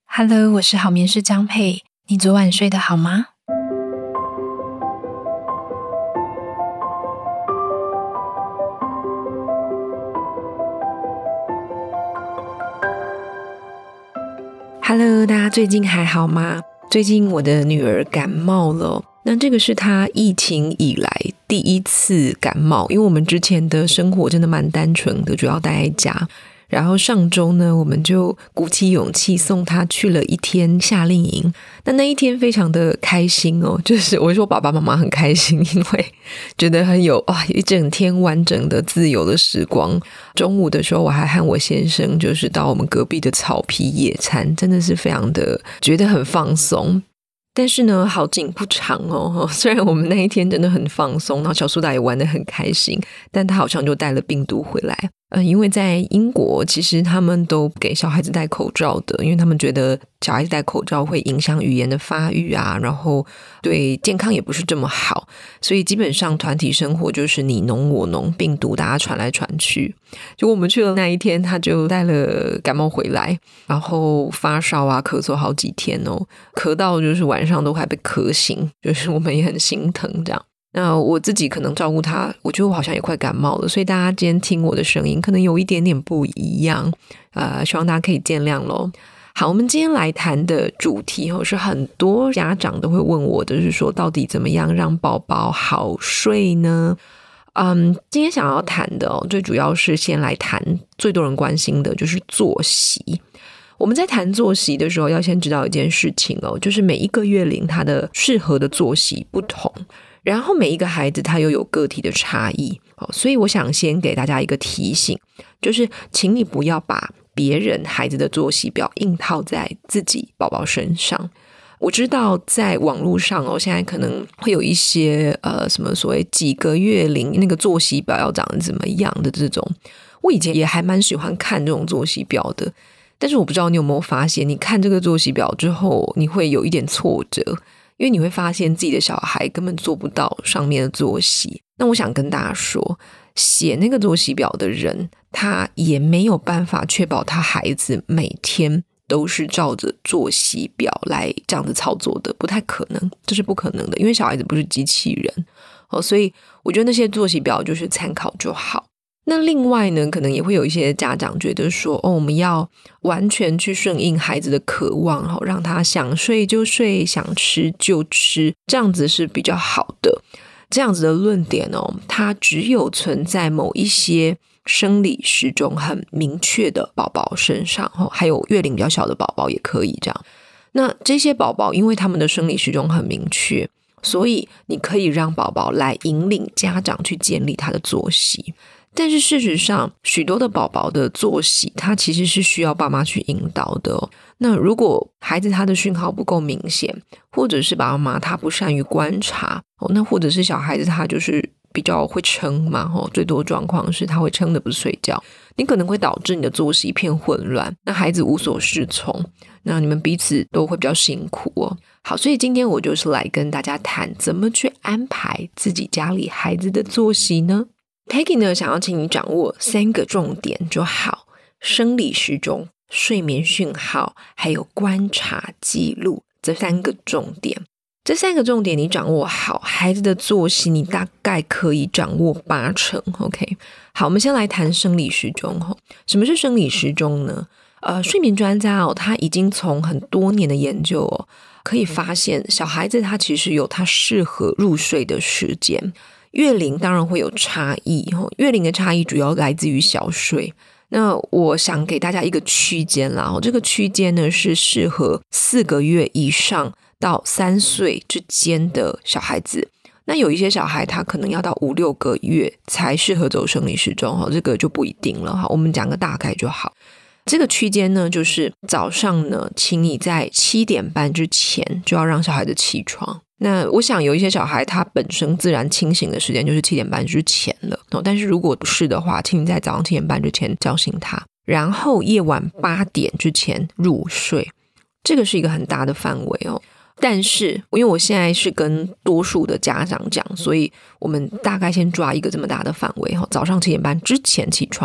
Hello， 我是好眠师张佩，你昨晚睡得好吗？Hello， 大家最近还好吗？最近我的女儿感冒了，那这个是她疫情以来第一次感冒，因为我们之前的生活真的蛮单纯的，主要待在家。然后上周呢，我们就鼓起勇气送她去了1天夏令营。那一天非常的开心哦，就是我说爸爸妈妈很开心，因为觉得很有一整天完整的自由的时光。中午的时候我还和我先生就是到我们隔壁的草皮野餐，真的是非常的觉得很放松。但是呢，好景不长哦，虽然我们那一天真的很放松，然后小苏打也玩得很开心，但他好像就带了病毒回来。因为在英国其实他们都给小孩子戴口罩的，因为他们觉得小孩子戴口罩会影响语言的发育啊，然后对健康也不是这么好，所以基本上团体生活就是你侬我侬，病毒大家传来传去。结果我们去了那一天，他就带了感冒回来，然后发烧啊咳嗽好几天哦，咳到就是晚上都还被咳醒，就是我们也很心疼这样。那我自己可能照顾他，我觉得我好像也快感冒了，所以大家今天听我的声音可能有一点点不一样，希望大家可以见谅咯。好，我们今天来谈的主题是很多家长都会问我的，就是说到底怎么样让宝宝好睡呢？今天想要谈的最主要是先来谈最多人关心的就是作息。我们在谈作息的时候要先知道一件事情就是每一个月龄他的适合的作息不同，然后每一个孩子他又有个体的差异，所以我想先给大家一个提醒，就是请你不要把别人孩子的作息表硬套在自己宝宝身上。我知道在网络上现在可能会有一些什么所谓几个月龄那个作息表要长得怎么样的这种，我以前也还蛮喜欢看这种作息表的，但是我不知道你有没有发现，你看这个作息表之后你会有一点挫折，因为你会发现自己的小孩根本做不到上面的作息。那我想跟大家说，写那个作息表的人他也没有办法确保他孩子每天都是照着作息表来这样子操作的，不太可能，这是不可能的，因为小孩子不是机器人所以我觉得那些作息表就是参考就好。那另外呢，可能也会有一些家长觉得说我们要完全去顺应孩子的渴望让他想睡就睡，想吃就吃，这样子是比较好的。这样子的论点它只有存在某一些生理时钟很明确的宝宝身上，还有月龄比较小的宝宝也可以这样。那这些宝宝因为他们的生理时钟很明确，所以你可以让宝宝来引领家长去建立他的作息。但是事实上许多的宝宝的作息他其实是需要爸妈去引导的那如果孩子他的讯号不够明显，或者是爸爸妈妈他不善于观察那或者是小孩子他就是比较会撑嘛最多状况是他会撑的不是睡觉，你可能会导致你的作息一片混乱，那孩子无所适从，那你们彼此都会比较辛苦好，所以今天我就是来跟大家谈怎么去安排自己家里孩子的作息呢。Peggy 呢想要请你掌握3个重点就好：生理时钟、睡眠讯号还有观察记录，这3个重点。这3个重点你掌握好，孩子的作息你大概可以掌握80%。 OK， 好，我们先来谈生理时钟。什么是生理时钟呢？睡眠专家他已经从很多年的研究可以发现小孩子他其实有他适合入睡的时间，月龄当然会有差异，月龄的差异主要来自于小睡。那我想给大家一个区间啦，这个区间呢是适合4个月以上到3岁之间的小孩子。那有一些小孩他可能要到5-6个月才适合走生理时钟，这个就不一定了，我们讲个大概就好。这个区间呢就是早上呢请你在7点半之前就要让小孩子起床。那我想有一些小孩他本身自然清醒的时间就是7点半之前了但是如果不是的话，请你在早上7点半之前叫醒他，然后夜晚8点之前入睡，这个是一个很大的范围但是因为我现在是跟多数的家长讲，所以我们大概先抓一个这么大的范围早上7点半之前起床。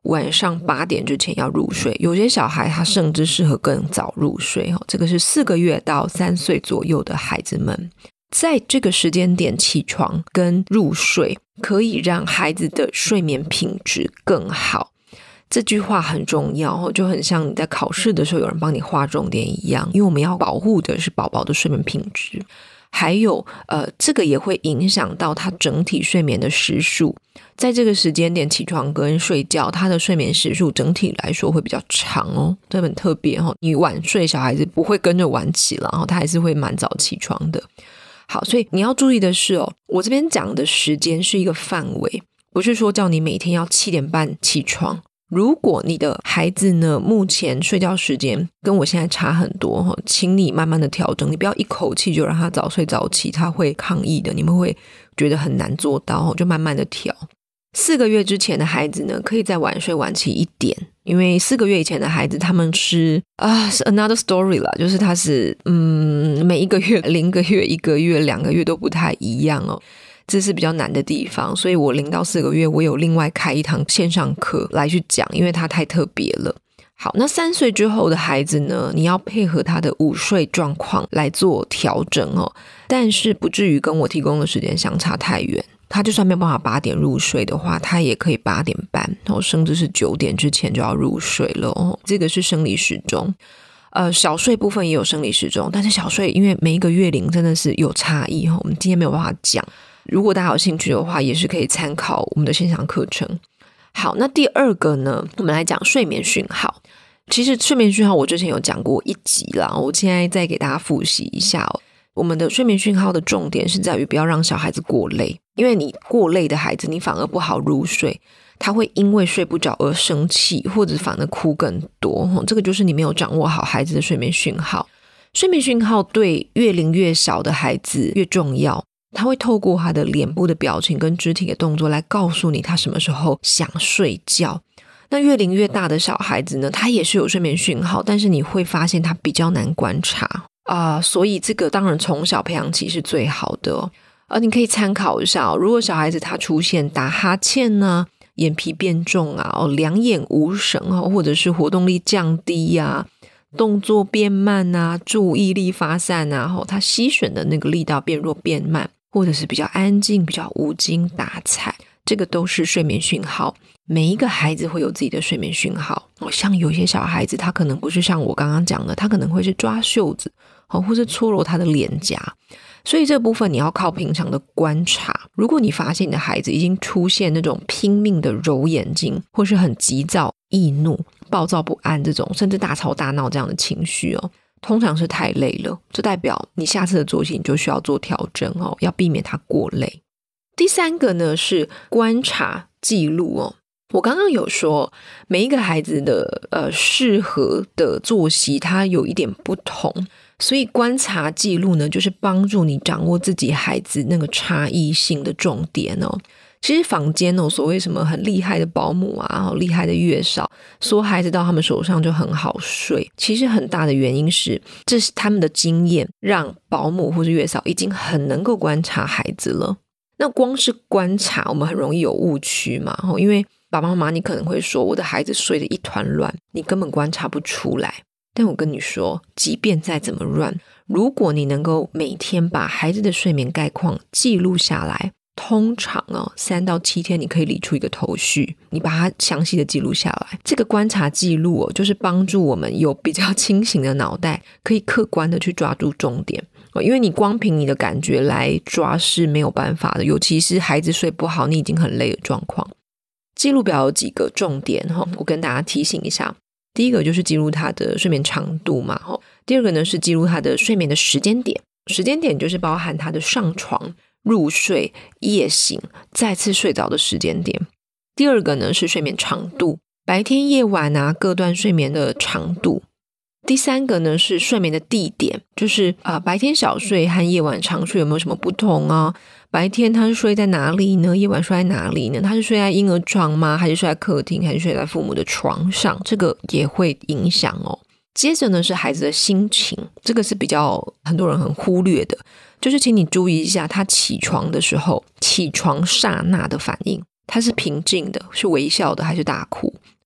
晚上8点之前要入睡，有些小孩他甚至适合更早入睡，这个是4个月到3岁左右的孩子们。在这个时间点起床跟入睡可以让孩子的睡眠品质更好，这句话很重要，就很像你在考试的时候有人帮你划重点一样，因为我们要保护的是宝宝的睡眠品质，还有这个也会影响到他整体睡眠的时数。在这个时间点起床跟睡觉，他的睡眠时数整体来说会比较长哦，这很特别哦。你晚睡小孩子不会跟着晚起了，他还是会蛮早起床的。好，所以你要注意的是我这边讲的时间是一个范围，不是说叫你每天要7点半起床。如果你的孩子呢目前睡觉时间跟我现在差很多，请你慢慢的调整，你不要一口气就让他早睡早起，他会抗议的，你们会觉得很难做到，就慢慢的调。4个月之前的孩子呢可以再晚睡晚起一点，因为4个月以前的孩子他们是 another story 啦，就是他是每一个月0个月1个月2个月都不太一样这是比较难的地方，所以我0到4个月我有另外开一堂线上课来去讲，因为它太特别了。好，那3岁之后的孩子呢，你要配合他的午睡状况来做调整但是不至于跟我提供的时间相差太远。他就算没有办法8点入睡的话，他也可以8点半甚至是9点之前就要入睡了这个是生理时钟。小睡部分也有生理时钟，但是小睡因为每一个月龄真的是有差异我们今天没有办法讲，如果大家有兴趣的话也是可以参考我们的线上课程。好，那第二个呢，我们来讲睡眠讯号。其实睡眠讯号我之前有讲过1集啦，我现在再给大家复习一下我们的睡眠讯号的重点是在于不要让小孩子过累，因为你过累的孩子你反而不好入睡，他会因为睡不着而生气，或者反而哭更多这个就是你没有掌握好孩子的睡眠讯号。睡眠讯号对越龄越小的孩子越重要，他会透过他的脸部的表情跟肢体的动作来告诉你他什么时候想睡觉。那越龄越大的小孩子呢，他也是有睡眠讯号，但是你会发现他比较难观察所以这个当然从小培养起是最好的你可以参考一下如果小孩子他出现打哈欠啊、眼皮变重啊、两眼无神或者是活动力降低啊、动作变慢啊、注意力发散啊，他吸吮的那个力道变弱变慢，或者是比较安静、比较无精打采，这个都是睡眠讯号。每一个孩子会有自己的睡眠讯号像有些小孩子他可能不是像我刚刚讲的，他可能会是抓袖子或是搓揉他的脸颊，所以这部分你要靠平常的观察。如果你发现你的孩子已经出现那种拼命的揉眼睛，或是很急躁、易怒、暴躁不安这种，甚至大吵大闹这样的情绪通常是太累了，这代表你下次的作息你就需要做调整要避免他过累。第3个呢是观察记录我刚刚有说每一个孩子的适合的作息它有一点不同，所以观察记录呢就是帮助你掌握自己孩子那个差异性的重点其实坊间所谓什么很厉害的保姆啊、厉害的月嫂，说孩子到他们手上就很好睡，其实很大的原因是这是他们的经验让保姆或是月嫂已经很能够观察孩子了。那光是观察我们很容易有误区嘛，因为爸爸妈妈你可能会说我的孩子睡得一团乱，你根本观察不出来。但我跟你说，即便再怎么乱，如果你能够每天把孩子的睡眠概况记录下来，通常3到7天你可以理出一个头绪，你把它详细的记录下来。这个观察记录就是帮助我们有比较清醒的脑袋，可以客观的去抓住重点因为你光凭你的感觉来抓是没有办法的，尤其是孩子睡不好你已经很累的状况。记录表有几个重点我跟大家提醒一下。第一个就是记录他的睡眠长度嘛第二个呢是记录他的睡眠的时间点，时间点就是包含他的上床、入睡、夜醒、再次睡着的时间点。第二个呢是睡眠长度，白天夜晚各段睡眠的长度。第3个呢是睡眠的地点，就是白天小睡和夜晚长睡有没有什么不同白天他是睡在哪里呢？夜晚睡在哪里呢？他是睡在婴儿床吗？还是睡在客厅？还是睡在父母的床上？这个也会影响接着呢是孩子的心情，这个是比较很多人很忽略的，就是请你注意一下他起床的时候，起床刹那的反应，他是平静的，是微笑的，还是大哭，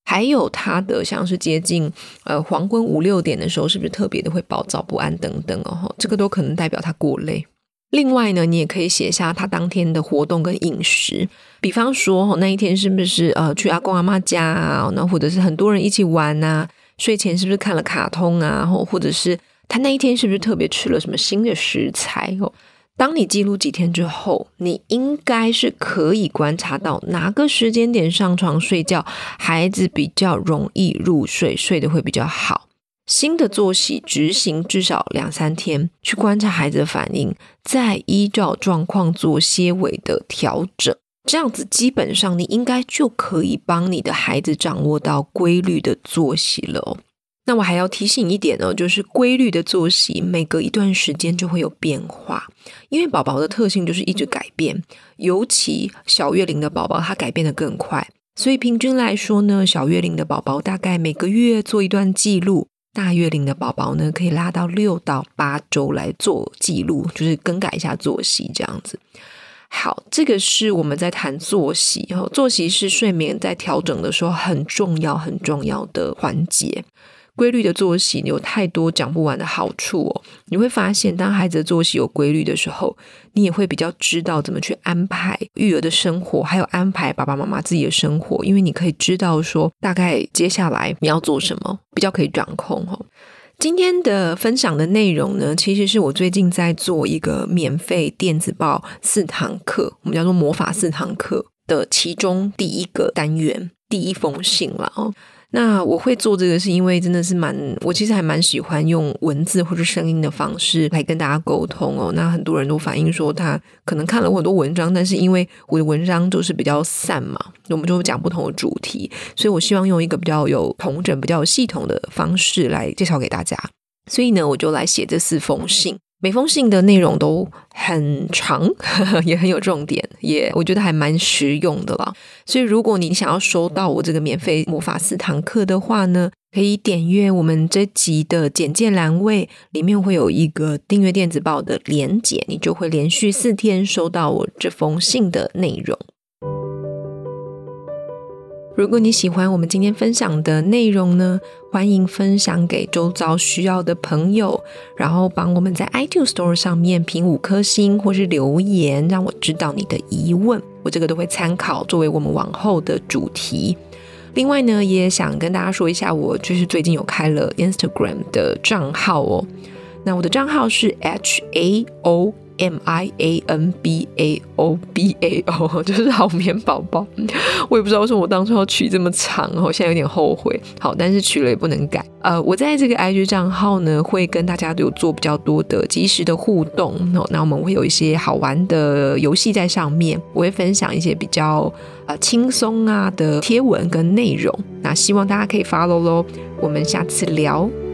还有他的像是接近黄昏5、6点的时候是不是特别的会暴躁不安等等哦，这个都可能代表他过累。另外呢，你也可以写下他当天的活动跟饮食，比方说那一天是不是去阿公阿嬷家啊，那或者是很多人一起玩啊，睡前是不是看了卡通啊，或者是他那一天是不是特别吃了什么新的食材哦。当你记录几天之后，你应该是可以观察到哪个时间点上床睡觉，孩子比较容易入睡，睡得会比较好。新的作息执行至少2、3天，去观察孩子的反应，再依照状况做些微的调整。这样子基本上你应该就可以帮你的孩子掌握到规律的作息了哦。那我还要提醒一点就是规律的作息每隔一段时间就会有变化，因为宝宝的特性就是一直改变，尤其小月龄的宝宝他改变得更快，所以平均来说呢，小月龄的宝宝大概每个月做一段记录，大月龄的宝宝呢可以拉到6到8周来做记录，就是更改一下作息这样子。好，这个是我们在谈作息，作息是睡眠在调整的时候很重要很重要的环节。规律的作息有太多讲不完的好处哦。你会发现当孩子的作息有规律的时候，你也会比较知道怎么去安排育儿的生活，还有安排爸爸妈妈自己的生活，因为你可以知道说大概接下来你要做什么，比较可以掌控哦。今天的分享的内容呢，其实是我最近在做一个免费电子报4堂课，我们叫做魔法4堂课的其中第一个单元，第一封信啦哦。那我会做这个是因为真的是我其实还蛮喜欢用文字或者声音的方式来跟大家沟通哦。那很多人都反映说他可能看了很多文章，但是因为我的文章就是比较散嘛，我们就讲不同的主题，所以我希望用一个比较有统整比较有系统的方式来介绍给大家。所以呢，我就来写这4封信，每封信的内容都很长也很有重点，也我觉得还蛮实用的啦。所以如果你想要收到我这个免费魔法4堂课的话呢，可以点阅我们这集的简介栏位，里面会有一个订阅电子报的连结，你就会连续4天收到我这封信的内容。如果你喜欢我们今天分享的内容呢，欢迎分享给周遭需要的朋友，然后帮我们在 iTunes Store 上面评5颗星或是留言，让我知道你的疑问，我这个都会参考作为我们往后的主题。另外呢，也想跟大家说一下，我就是最近有开了 Instagram 的账号哦。那我的账号是 HAOMIANBAOBAO， 就是好眠宝宝。我也不知道为什么我当初要取这么长哦，现在有点后悔。好，但是取了也不能改。我在这个 IG 账号呢，会跟大家有做比较多的即时的互动哦。那我们会有一些好玩的游戏在上面，我会分享一些比较轻松的贴文跟内容。那希望大家可以 follow 咯。我们下次聊。